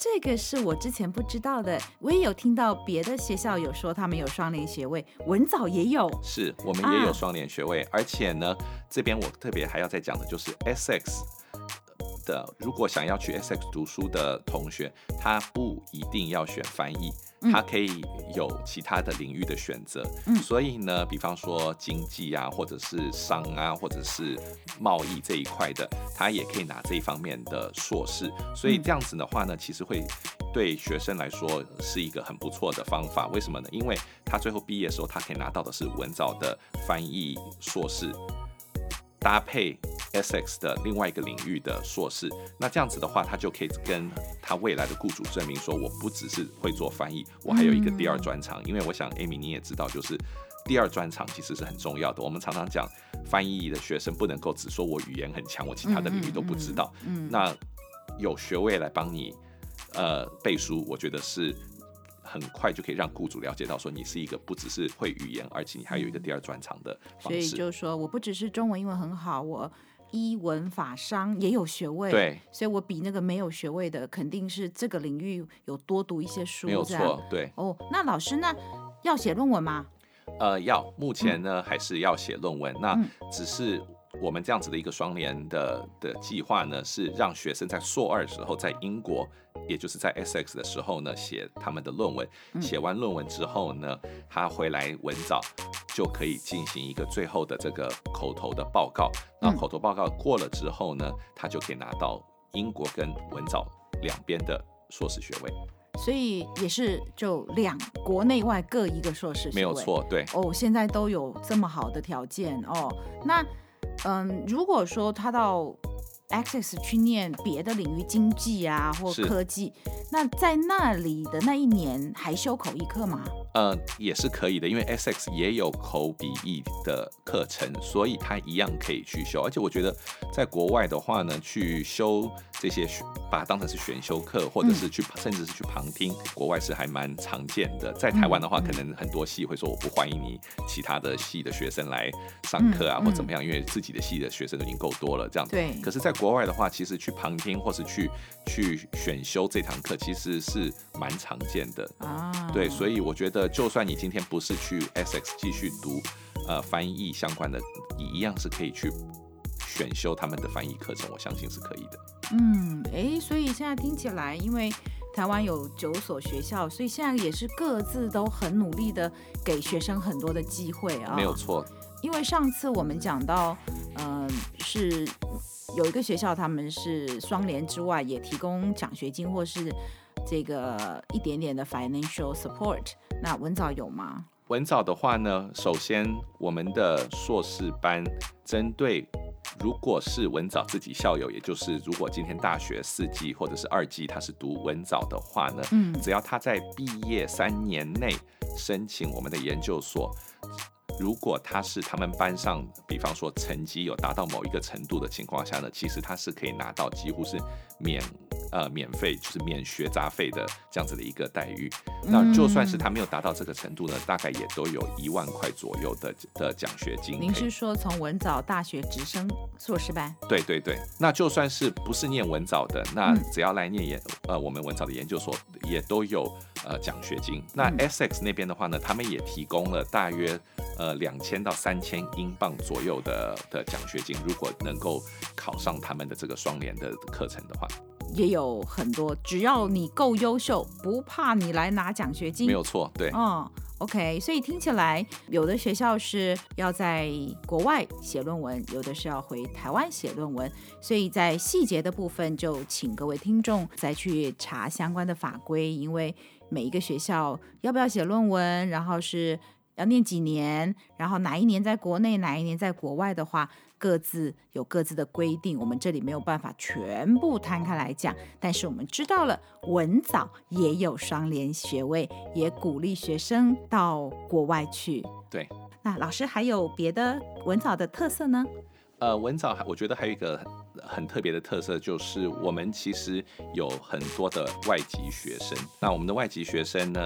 这个是我之前不知道的，我也有听到别的学校有说他们有双联学位，文藻也有， 是我们也有双联学位、啊、而且呢，这边我特别还要再讲的就是 S X 的，如果想要去 S X 读书的同学，他不一定要选翻译，他可以有其他的领域的选择、嗯、所以呢，比方说经济啊，或者是商啊，或者是贸易这一块的，他也可以拿这一方面的硕士。所以这样子的话呢，其实会对学生来说是一个很不错的方法。为什么呢？因为他最后毕业的时候，他可以拿到的是文藻的翻译硕士，搭配 S X 的另外一个领域的硕士，那这样子的话，他就可以跟他未来的雇主证明说，我不只是会做翻译，我还有一个第二专长、嗯、因为我想 Amy 你也知道，就是第二专长其实是很重要的。我们常常讲翻译的学生不能够只说我语言很强，我其他的领域都不知道、嗯嗯嗯、那有学位来帮你呃背书，我觉得是很快就可以让雇主了解到说你是一个不只是会语言，而且你还有一个第二专长的方式。 所以就是说我不只是中文英文很好，我医文法商也有学位， 对， 所以我比那个没有学位的肯定是这个领域有多读一些书， 没有错，对。 哦，那老师那要写论文吗？ 呃，要，目前呢、嗯、还是要写论文，那只是我们这样子的一个双联的的计划呢，是让学生在硕二的时候在英国，也就是在 S X 的时候呢，写他们的论文，写完论文之后呢，他回来文藻就可以进行一个最后的这个口头的报告。那口头报告过了之后呢，他就可以拿到英国跟文藻两边的硕士学位。 所以也是就两国内外各一个硕士学位， 没有错，对。 哦，现在都有这么好的条件哦。那嗯，如果说他到 S X 去念别的领域，经济啊或科技，那在那里的那一年还修口译课吗？ 呃，也是可以的，因为 S X 也有口笔译的课程，所以他一样可以去修。而且我觉得在国外的话呢，去修这些把它当成是选修课，或者是去、嗯、甚至是去旁听，国外是还蛮常见的。在台湾的话、嗯、可能很多系会说我不欢迎你其他的系的学生来上课啊、嗯、或怎么样，因为自己的系的学生都已经够多了这样子。 对。 可是在国外的话，其实去旁听或是去去选修这堂课其实是蛮常见的啊。对，所以我觉得就算你今天不是去 S X 继续读呃翻译相关的，你一样是可以去选修他们的翻译课程，我相信是可以的。 嗯，哎，所以现在听起来，因为台湾有九所学校，所以现在也是各自都很努力的给学生很多的机会啊。 没有错。因为上次我们讲到，嗯、呃，是有一个学校他们是双联之外，也提供奖学金或是这个一点点的 financial support。那文藻有吗？ 文藻的话呢，首先我们的硕士班针对如果是文藻自己校友，也就是如果今天大学四季或者是二季他是读文藻的话呢，嗯，只要他在毕业三年内申请我们的研究所，如果他是他们班上，比方说成绩有达到某一个程度的情况下呢，其实他是可以拿到几乎是免呃免费，就是免学杂费的这样子的一个待遇。那就算是他没有达到这个程度呢，大概也都有一万块左右的的奖学金。 您是说从文藻大学直升硕士班？ 对对对。那就算是不是念文藻的，那只要来念研、呃、我们文藻的研究所，也都有呃奖学金。那 S X 那边的话呢，他们也提供了大约呃两千到三千英镑左右的的奖学金，如果能够考上他们的这个双联的课程的话。 也有很多，只要你够优秀，不怕你来拿奖学金。 没有错，对。 哦 OK， 所以听起来有的学校是要在国外写论文，有的是要回台湾写论文，所以在细节的部分就请各位听众再去查相关的法规，因为每一个学校要不要写论文，然后是要念几年，然后哪一年在国内，哪一年在国外的话，各自有各自的规定，我们这里没有办法全部摊开来讲，但是我们知道了文藻也有双联学位，也鼓励学生到国外去。 对， 那老师还有别的文藻的特色呢？ 呃，文藻我觉得还有一个很特别的特色，就是我们其实有很多的外籍学生。那我们的外籍学生呢，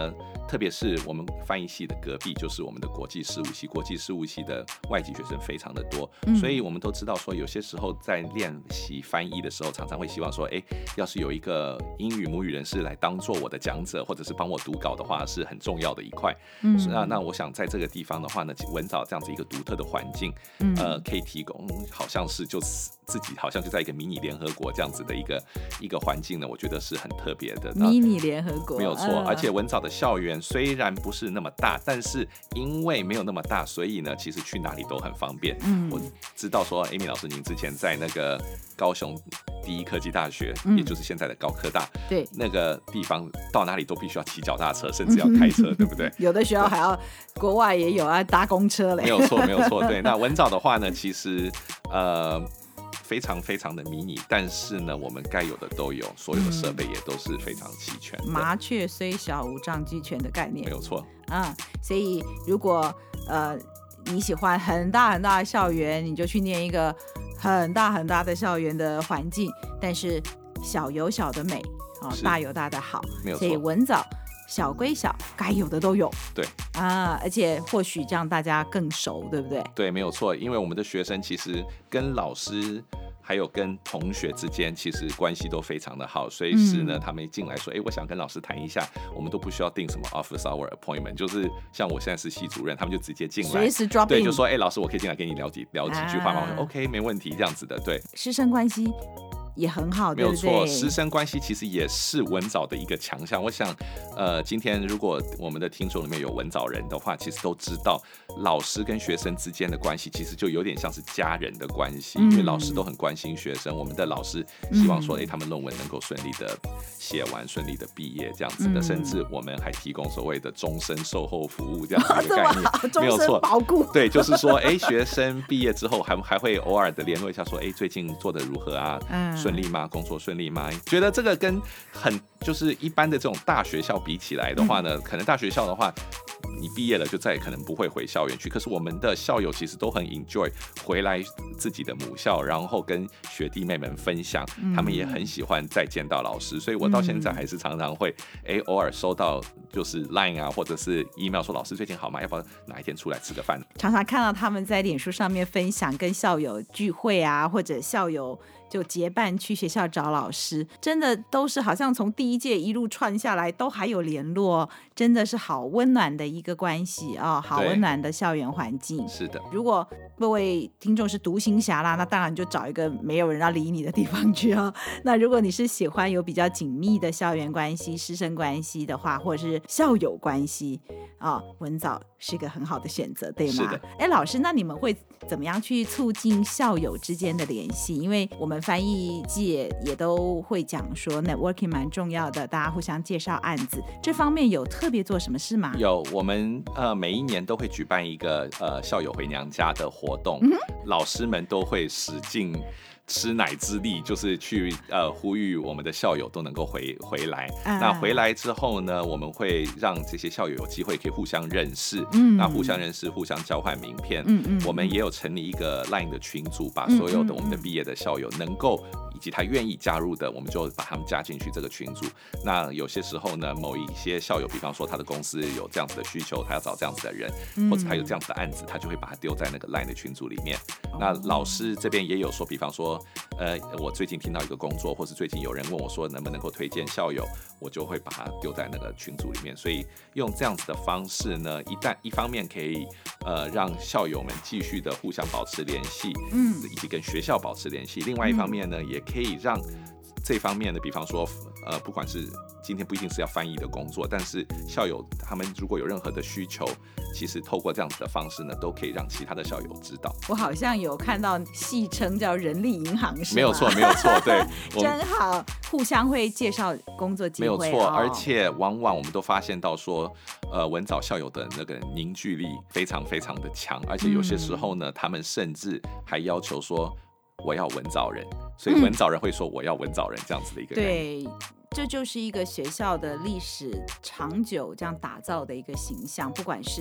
特别是我们翻译系的隔壁就是我们的国际事务系，国际事务系的外籍学生非常的多，嗯、所以我们都知道说，有些时候在练习翻译的时候，常常会希望说，哎，要是有一个英语母语人士来当做我的讲者，或者是帮我读稿的话，是很重要的一块。嗯，那那我想在这个地方的话呢，文藻这样子一个独特的环境，嗯、呃，可以提供，好像是就是自己好像就在一个迷你联合国这样子的一个一个环境呢，我觉得是很特别的。 迷你联合国， 没有错。嗯、而且文藻的校园虽然不是那么大，但是因为没有那么大，所以呢，其实去哪里都很方便。嗯，我知道说 Amy 老师您之前在那个高雄第一科技大学，嗯、也就是现在的高科大， 对那个地方到哪里都必须要骑脚踏车，甚至要开车，对不对？ 有的学校还要，国外也有啊，搭公车嘞。 没有错，没有错。对，那文藻的话呢，其实呃。非常非常的迷你，但是呢，我们该有的都有，所有的设备也都是非常齐全的。 麻雀虽小，五脏俱全的概念， 没有错。 嗯，所以如果呃你喜欢很大很大的校园，你就去念一个很大很大的校园的环境，但是小有小的美，哦、大有大的好， 没有错。 所以文藻小归小，该有的都有。 对啊，而且或许这样大家更熟，对不对？ 对，没有错。因为我们的学生其实跟老师还有跟同学之间其实关系都非常的好，所以是呢，嗯、他们一进来说，哎，我想跟老师谈一下，我们都不需要定什么 office hour appointment， 就是像我现在是系主任，他们就直接进来， 随时 drop in， 对，就说，哎，老师，我可以进来跟你聊几聊几句话吗？啊、我说 OK， 没问题，这样子的，对， 师生关系也很好， 没有对不对？ 错，师生关系其实也是文藻的一个强项。我想，呃，今天如果我们的听众里面有文藻人的话，其实都知道，老师跟学生之间的关系其实就有点像是家人的关系，嗯、因为老师都很关心学生，我们的老师希望说，哎、嗯，他们论文能够顺利的写完，顺利的毕业这样子的，嗯、甚至我们还提供所谓的终身售后服务这样子的概念， 哦、没有错，保固。 对，就是说，哎，学生毕业之后还还会偶尔的联络一下，说，哎，最近做得如何啊？嗯。顺利吗？工作顺利吗？觉得这个跟很就是一般的这种大学校比起来的话呢，嗯、可能大学校的话，你毕业了就再也可能不会回校园去。可是我们的校友其实都很 enjoy 回来自己的母校，然后跟学弟妹们分享，嗯、他们也很喜欢再见到老师。所以我到现在还是常常会哎、嗯、偶尔收到就是 Line 啊或者是 email 说老师最近好吗？要不要哪一天出来吃个饭？ 常常看到他们在脸书上面分享跟校友聚会啊，或者校友就结伴去学校找老师，真的都是好像从第一届一路串下来都还有联络，真的是好温暖的一个关系啊、哦，好温暖的校园环境。 是的， 如果各位听众是独行侠啦，那当然就找一个没有人要理你的地方去啊、哦。那如果你是喜欢有比较紧密的校园关系、师生关系的话，或者是校友关系啊、哦，文藻是一个很好的选择，对吗？ 是的。 哎，老师，那你们会怎么样去促进校友之间的联系？因为我们翻译界也都会讲说 networking 蛮重要的，大家互相介绍案子，这方面有特别做什么事吗？ 有，我们呃每一年都会举办一个呃校友回娘家的活动，嗯、老师们都会使劲吃奶之力，就是去呃呼吁我们的校友都能够回回来、啊。那回来之后呢，我们会让这些校友有机会可以互相认识，嗯，那互相认识，互相交换名片。嗯嗯，我们也有成立一个 Line 的群组，把所有的我们的毕业的校友能够以及他愿意加入的，我们就把他们加进去这个群组。那有些时候呢，某一些校友，比方说他的公司有这样子的需求，他要找这样子的人，嗯、或者他有这样子的案子，他就会把它丢在那个 Line 的群组里面。哦、那老师这边也有说，比方说。呃，我最近听到一个工作，或是最近有人问我说能不能够推荐校友，我就会把它丢在那个群组里面。所以用这样子的方式呢，一旦一方面可以呃让校友们继续的互相保持联系，嗯，以及跟学校保持联系。另外一方面呢，嗯、也可以让这方面的，比方说呃，不管是今天不一定是要翻译的工作，但是校友他们如果有任何的需求，其实透过这样子的方式呢，都可以让其他的校友知道。 我好像有看到戏称叫人力银行，是吗？ 没有错，没有错，对， 真好，互相会介绍工作机会， 没有错、哦。而且往往我们都发现到说，呃，文藻校友的那个凝聚力非常非常的强，而且有些时候呢，嗯、他们甚至还要求说我要文藻人，所以文藻人会说我要文藻人这样子的一个概念。 对。这就是一个学校的历史长久这样打造的一个形象，不管是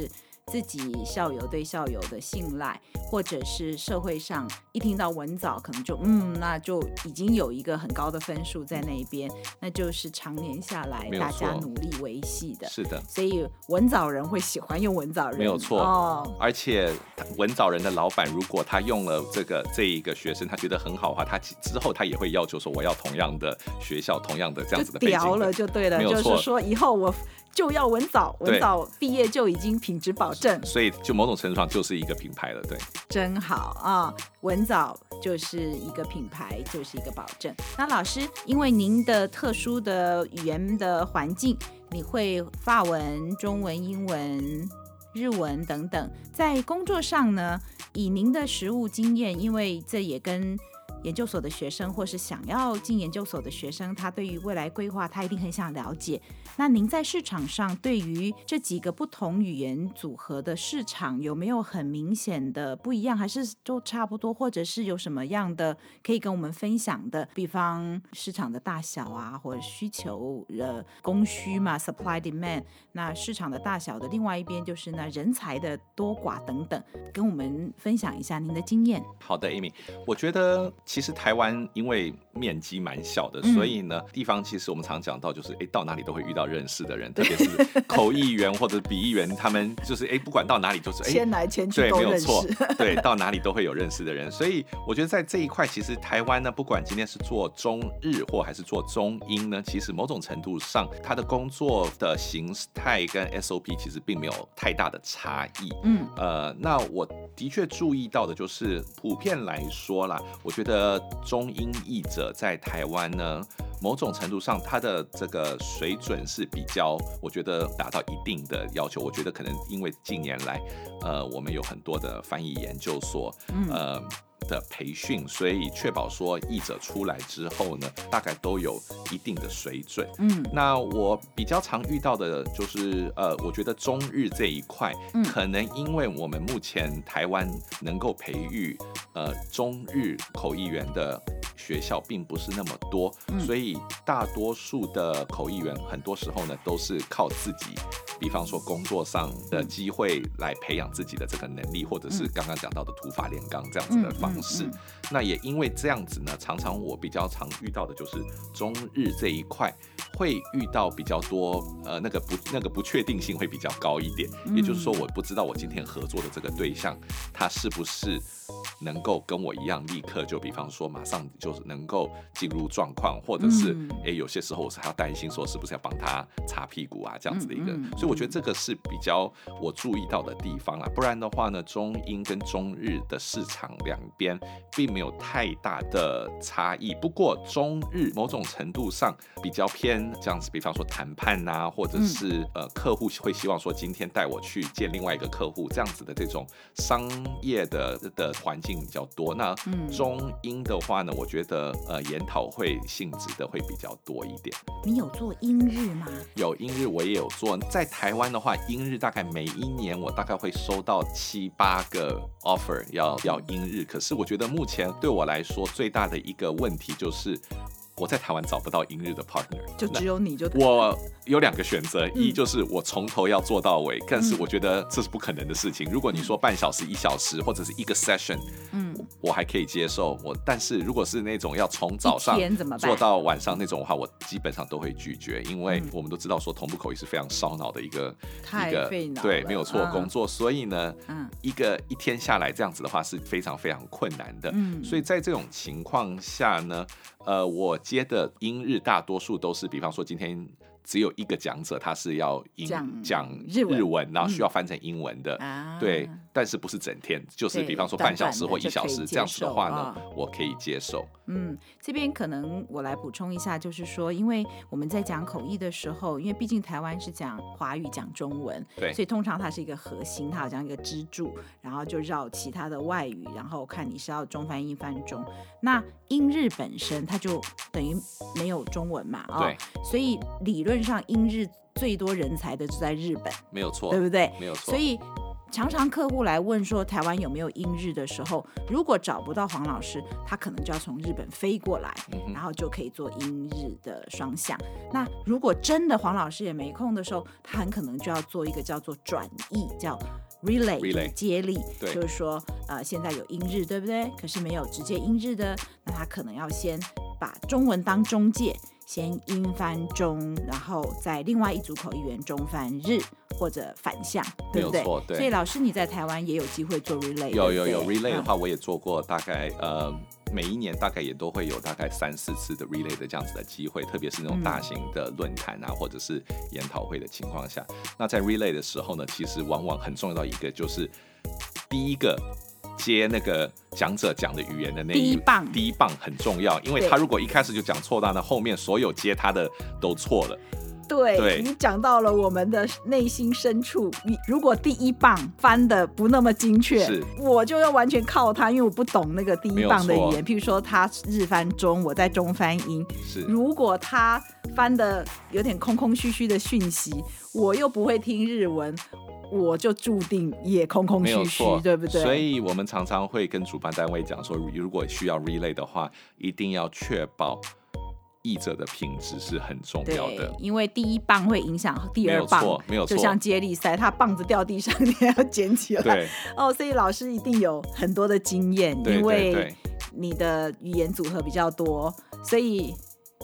自己校友对校友的信赖，或者是社会上一听到文藻可能就嗯，那就已经有一个很高的分数在那边，那就是常年下来大家努力维系的。 是的， 所以文藻人会喜欢用文藻人， 没有错、 哦、 而且文藻人的老板如果他用了这个这一个学生他觉得很好的话，他之后他也会要求说我要同样的学校同样的这样子的背景的， 就屌了就对了，就是说以后我就要文藻，文藻毕业就已经品质保证， 所以就某种程度上就是一个品牌了。对， 真好啊！文藻就是一个品牌，就是一个保证。那老师，因为您的特殊的语言的环境，你会法文、中文、英文、日文等等，在工作上呢，以您的实务经验，因为这也跟研究所的学生或是想要进研究所的学生，他对于未来规划他一定很想了解。那您在市场上对于这几个不同语言组合的市场有没有很明显的不一样，还是都差不多，或者是有什么样的可以跟我们分享的，比方市场的大小啊，或者需求呃供需嘛 supply demand， 那市场的大小的另外一边就是呢人才的多寡等等，跟我们分享一下您的经验。 好的 Amy， 我觉得其实台湾因为面积蛮小的，所以呢、嗯、地方其实我们常讲到就是哎到哪里都会遇到认识的人，特别是口译员或者笔译员，他们就是哎不管到哪里就是哎迁来迁去都认识， 对，没有错，对，到哪里都会有认识的人。所以我觉得在这一块，其实台湾呢，不管今天是做中日或还是做中英呢，其实某种程度上，它的工作的形态跟 S O P 其实并没有太大的差异。嗯，呃，那我的确注意到的就是，普遍来说啦，我觉得中英译者在台湾呢，某种程度上，它的这个水准是比较，我觉得达到一定的要求。我觉得可能因为近年来，呃，我们有很多的翻译研究所，呃。的培训，所以确保说译者出来之后呢，大概都有一定的水准。嗯，那我比较常遇到的就是，呃，我觉得中日这一块，嗯、可能因为我们目前台湾能够培育呃中日口译员的学校并不是那么多，嗯、所以大多数的口译员很多时候呢都是靠自己。比方说工作上的机会来培养自己的这个能力，或者是刚刚讲到的土法炼钢这样子的方式。嗯嗯嗯、那也因为这样子呢，常常我比较常遇到的就是中日这一块会遇到比较多呃那个不那个不确定性会比较高一点。嗯、也就是说，我不知道我今天合作的这个对象他是不是能够跟我一样立刻就比方说马上就是能够进入状况，或者是哎、嗯、有些时候我是还要担心说是不是要帮他擦屁股啊这样子的一个。嗯嗯所以我觉得这个是比较我注意到的地方啦，不然的话呢，中英跟中日的市场两边并没有太大的差异。不过中日某种程度上比较偏这样子，比方说谈判啊，或者是、嗯、呃客户会希望说今天带我去见另外一个客户这样子的这种商业的的环境比较多。那中英的话呢，我觉得呃研讨会性质的会比较多一点。 你有做英日吗？ 有英日，我也有做。在台湾的话，英日大概每一年我大概会收到七八个 offer 要要英日，可是我觉得目前对我来说最大的一个问题就是我在台湾找不到英日的 partner， 就只有你就我有两个选择，嗯、一就是我从头要做到尾，但是我觉得这是不可能的事情。如果你说半小时、一小时，或者是一个 session，嗯，我还可以接受。我但是如果是那种要从早上做到晚上那种的话，我基本上都会拒绝，因为我们都知道说同步口译是非常烧脑的一个太费脑了， 对，没有错、嗯、工作，所以呢，嗯，一个一天下来这样子的话是非常非常困难的。嗯，所以在这种情况下呢，呃，我接的英日大多数都是，比方说今天只有一个讲者，他是要讲日文，日文然后需要翻成英文的，嗯、对，但是不是整天，就是比方说半小时或一小时这样子的话呢，哦、我可以接受。 嗯，这边可能我来补充一下，就是说，因为我们在讲口译的时候，因为毕竟台湾是讲华语、讲中文， 对， 所以通常它是一个核心，它好像一个支柱，然后就绕其他的外语，然后看你是要中翻英翻中。那英日本身它就等于没有中文嘛，哦， 对， 所以理论上英日最多人才的就在日本， 没有错， 对不对？ 没有错， 所以。常常客户来问说台湾有没有英日的时候，如果找不到黄老师，他可能就要从日本飞过来，嗯、然后就可以做英日的双向。那如果真的黄老师也没空的时候，他很可能就要做一个叫做转译，叫 relay, relay 接力， 对， 就是说呃现在有英日对不对？可是没有直接英日的，那他可能要先把中文当中介，先英翻中，然后再另外一组口译员中翻日，或者反向，对不对？ 没有错，对。 所以老师你在台湾也有机会做 relay， 有有有 relay 的话， 嗯、 我也做过，大概呃每一年大概也都会有大概三四次的 relay 的这样子的机会，特别是那种大型的论坛啊，嗯、或者是研讨会的情况下。那在 relay 的时候呢，其实往往很重要的一个就是第一个接那个讲者讲的语言的那一第一棒， 第一棒很重要，因为他如果一开始就讲错，那后面所有接他的都错了。 对, 对你讲到了我们的内心深处，你如果第一棒翻的不那么精确，我就要完全靠他，因为我不懂那个第一棒的语言。譬如说他日翻中，我在中翻英，如果他翻的有点空空虚虚的讯息，我又不会听日文，我就注定也空空虚虚，对不对？ 所以我们常常会跟主办单位讲说，如果需要 relay 的话，一定要确保译者的品质是很重要的， 对，因为第一棒会影响第二棒， 没有错，没有错。 就像接力赛，他棒子掉地上，你还要捡起来。 对， 哦，所以老师一定有很多的经验， 对对对， 因为你的语言组合比较多，所以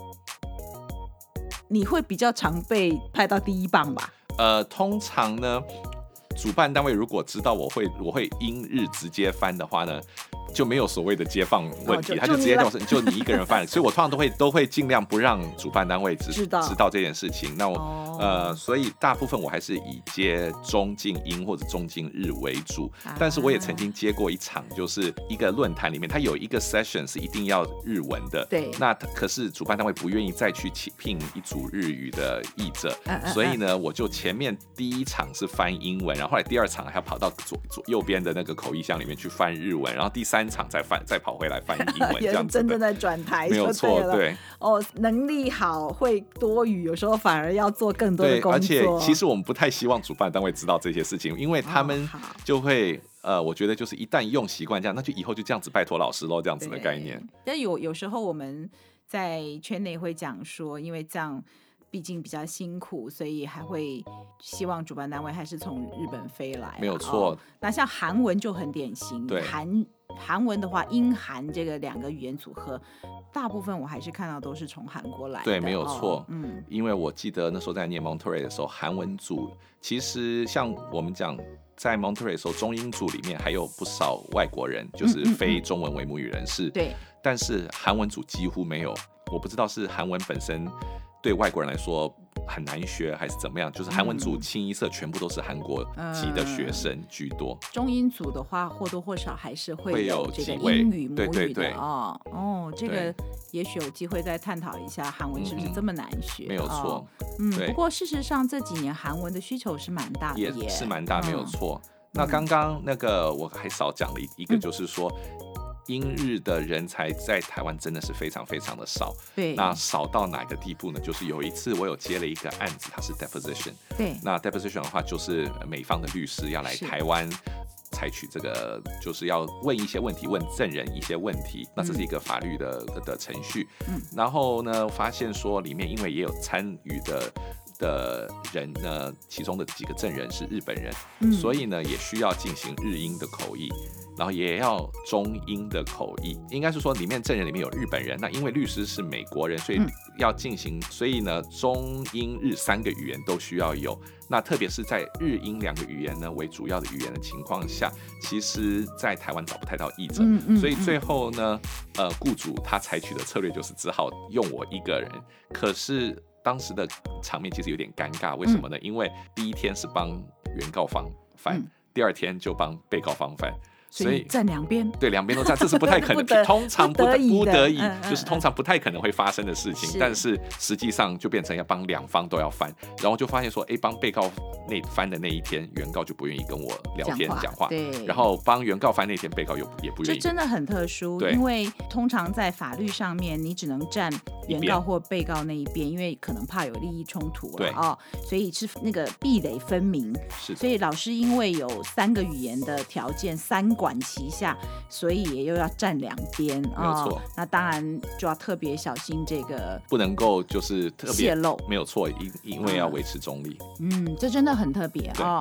你会比较常被派到第一棒吧？ 呃，通常呢，主办单位如果知道我会我会英日直接翻的话呢，就没有所谓的接放问题， 哦、就他就直接就就你一个人翻，所以我通常都会都会尽量不让主办单位知知道知道这件事情。那我、 哦、 呃，所以大部分我还是以接中进英或者中进日为主、啊。但是我也曾经接过一场，就是一个论坛里面，它有一个 session 是一定要日文的， 对。 那可是主办单位不愿意再去聘一组日语的译者， 啊啊啊所以呢，我就前面第一场是翻英文，然后后来第二场还要跑到左左右边的那个口译箱里面去翻日文，然后第三场再翻再跑回来翻英文，这样子也是真正在转台， 没有错，对。 哦，能力好会多语，有时候反而要做更多的工作。 对，而且其实我们不太希望主办单位知道这些事情，因为他们就会、哦、呃，我觉得就是一旦用习惯这样，那就以后就这样子拜托老师咯，这样子的概念。 但有有时候我们在圈内会讲说，因为这样毕竟比较辛苦，所以还会希望主办单位还是从日本飞来、啊， 没有错、 哦。那像韩文就很典型， 对韩韩文的话，英韩这个两个语言组合，大部分我还是看到都是从韩国来的。 对，没有错、哦。 嗯， 因为我记得那时候在念 Monterey 的时候，韩文组其实像我们讲在 Monterey 的时候，中英组里面还有不少外国人，就是非中文为母语人士。 对、嗯嗯嗯， 但是韩文组几乎没有，我不知道是韩文本身对外国人来说很难学还是怎么样，就是韩文组清一色全部都是韩国籍的学生居多、 嗯、中英组的话或多或少还是会有这个英语母语的， 对对对哦哦，这个也许有机会再探讨一下韩文是不是这么难学、嗯、 没有错、 哦、嗯，不过事实上这几年韩文的需求是蛮大的耶， 也是蛮大、嗯、没有错。那嗯刚刚那个我还少讲了一个，就是说、嗯英日的人才在台湾真的是非常非常的少， 对， 那少到哪个地步呢？就是有一次我有接了一个案子，它是 deposition， 对， 那 deposition 的话就是美方的律师要来台湾采取这个，就是要问一些问题，问证人一些问题，那这是一个法律的、嗯、的程序，嗯，然后呢，发现说里面因为也有参与的的人呢，其中的几个证人是日本人、嗯，所以呢也需要进行日英的口译。然后也要中英的口译，应该是说里面证人里面有日本人，那因为律师是美国人，所以要进行，所以呢中英日三个语言都需要有。那特别是在日英两个语言呢为主要的语言的情况下，其实在台湾找不太到译者，嗯嗯嗯，所以最后呢，呃，雇主他采取的策略就是只好用我一个人。可是当时的场面其实有点尴尬，为什么呢？嗯、因为第一天是帮原告方翻、嗯，第二天就帮被告方翻。 所以站两边， 对，两边都站，这是不太可能，通常不得不得已、 嗯， 就是通常不太可能会发生的事情。是，但是实际上就变成要帮两方都要翻，然后就发现说，哎，帮被告那翻的那一天，原告就不愿意跟我聊天讲话， 对， 然后帮原告翻那天，被告又也不愿意。 这真的很特殊，因为通常在法律上面，你只能站原告或被告那一边，因为可能怕有利益冲突了哦，所以是那个壁垒分明。 是， 所以老师因为有三个语言的条件，三管齐下，所以也又要站两边， 没有错、哦。 那当然就要特别小心这个， 不能够就是特别泄露， 没有错，因因为要维持中立。 嗯，这真的很特别哦。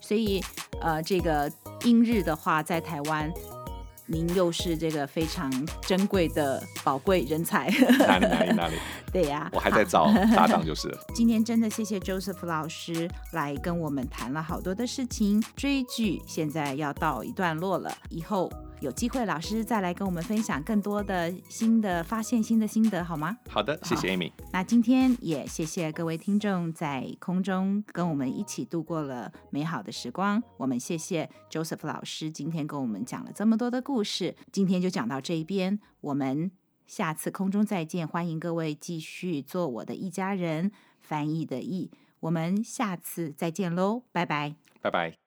所以呃，这个英日的话，在台湾您又是这个非常珍贵的宝贵人才。 哪里哪里哪里？ 对呀、啊， 我还在找搭档就是了。 今天真的谢谢 Joseph 老师来跟我们谈了好多的事情，追剧现在要到一段落了，以后有机会老师再来跟我们分享更多的新的发现、新的心得，好吗？ 好的，谢谢 Amy。 那今天也谢谢各位听众在空中跟我们一起度过了美好的时光，我们谢谢 Joseph 老师今天跟我们讲了这么多的故事，今天就讲到这一边，我们下次空中再见，欢迎各位继续做我的一家人，翻译的译，我们下次再见喽，拜拜， 拜拜。